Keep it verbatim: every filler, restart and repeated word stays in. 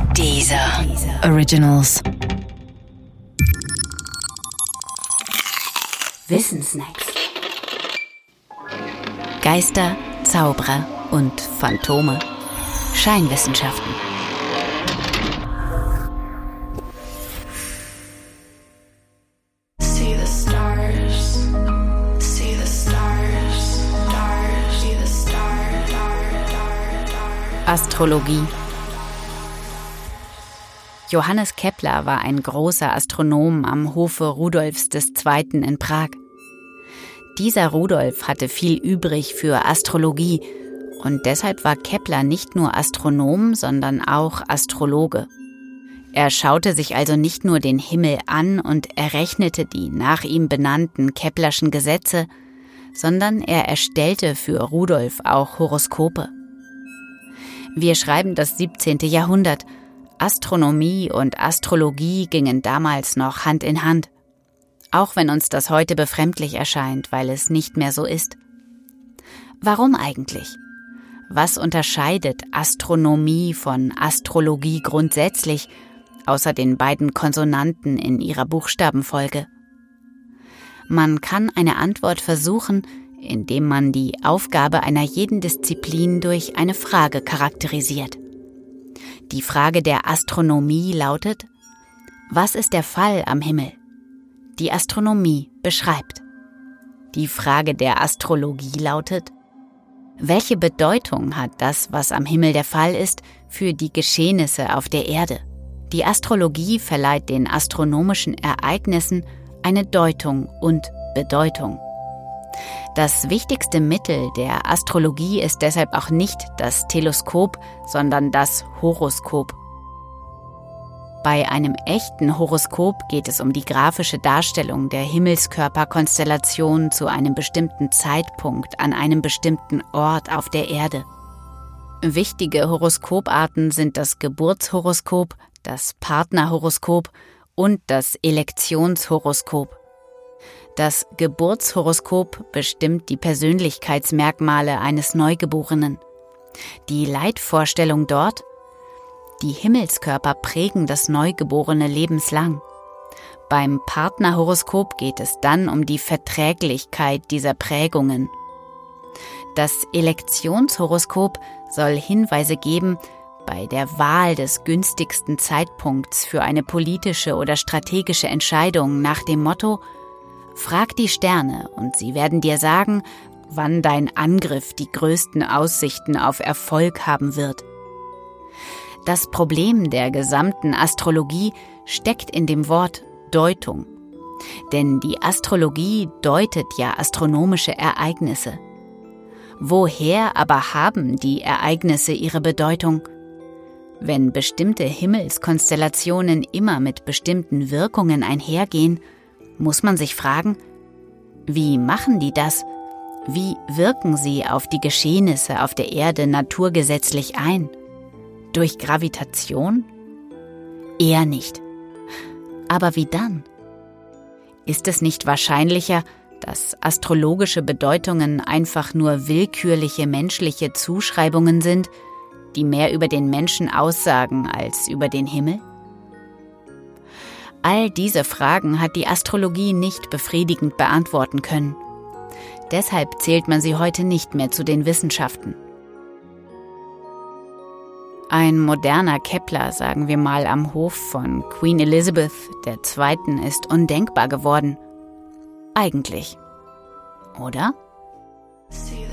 Deezer Originals. Wissensnacks. Geister, Zauberer und Phantome. Scheinwissenschaften. Astrologie. Johannes Kepler war ein großer Astronom am Hofe Rudolfs des Zweiten in Prag. Dieser Rudolf hatte viel übrig für Astrologie und deshalb war Kepler nicht nur Astronom, sondern auch Astrologe. Er schaute sich also nicht nur den Himmel an und errechnete die nach ihm benannten Keplerschen Gesetze, sondern er erstellte für Rudolf auch Horoskope. Wir schreiben das siebzehnte Jahrhundert. Astronomie und Astrologie gingen damals noch Hand in Hand. Auch wenn uns das heute befremdlich erscheint, weil es nicht mehr so ist. Warum eigentlich? Was unterscheidet Astronomie von Astrologie grundsätzlich, außer den beiden Konsonanten in ihrer Buchstabenfolge? Man kann eine Antwort versuchen, indem man die Aufgabe einer jeden Disziplin durch eine Frage charakterisiert. Die Frage der Astronomie lautet: Was ist der Fall am Himmel? Die Astronomie beschreibt. Die Frage der Astrologie lautet: Welche Bedeutung hat das, was am Himmel der Fall ist, für die Geschehnisse auf der Erde? Die Astrologie verleiht den astronomischen Ereignissen eine Deutung und Bedeutung. Das wichtigste Mittel der Astrologie ist deshalb auch nicht das Teleskop, sondern das Horoskop. Bei einem echten Horoskop geht es um die grafische Darstellung der Himmelskörperkonstellation zu einem bestimmten Zeitpunkt an einem bestimmten Ort auf der Erde. Wichtige Horoskoparten sind das Geburtshoroskop, das Partnerhoroskop und das Elektionshoroskop. Das Geburtshoroskop bestimmt die Persönlichkeitsmerkmale eines Neugeborenen. Die Leitvorstellung dort: Die Himmelskörper prägen das Neugeborene lebenslang. Beim Partnerhoroskop geht es dann um die Verträglichkeit dieser Prägungen. Das Elektionshoroskop soll Hinweise geben bei der Wahl des günstigsten Zeitpunkts für eine politische oder strategische Entscheidung nach dem Motto: Frag die Sterne und sie werden dir sagen, wann dein Angriff die größten Aussichten auf Erfolg haben wird. Das Problem der gesamten Astrologie steckt in dem Wort Deutung. Denn die Astrologie deutet ja astronomische Ereignisse. Woher aber haben die Ereignisse ihre Bedeutung? Wenn bestimmte Himmelskonstellationen immer mit bestimmten Wirkungen einhergehen, muss man sich fragen: Wie machen die das? Wie wirken sie auf die Geschehnisse auf der Erde naturgesetzlich ein? Durch Gravitation? Eher nicht. Aber wie dann? Ist es nicht wahrscheinlicher, dass astrologische Bedeutungen einfach nur willkürliche menschliche Zuschreibungen sind, die mehr über den Menschen aussagen als über den Himmel? All diese Fragen hat die Astrologie nicht befriedigend beantworten können. Deshalb zählt man sie heute nicht mehr zu den Wissenschaften. Ein moderner Kepler, sagen wir mal, am Hof von Queen Elizabeth der Zweiten ist undenkbar geworden. Eigentlich. Oder?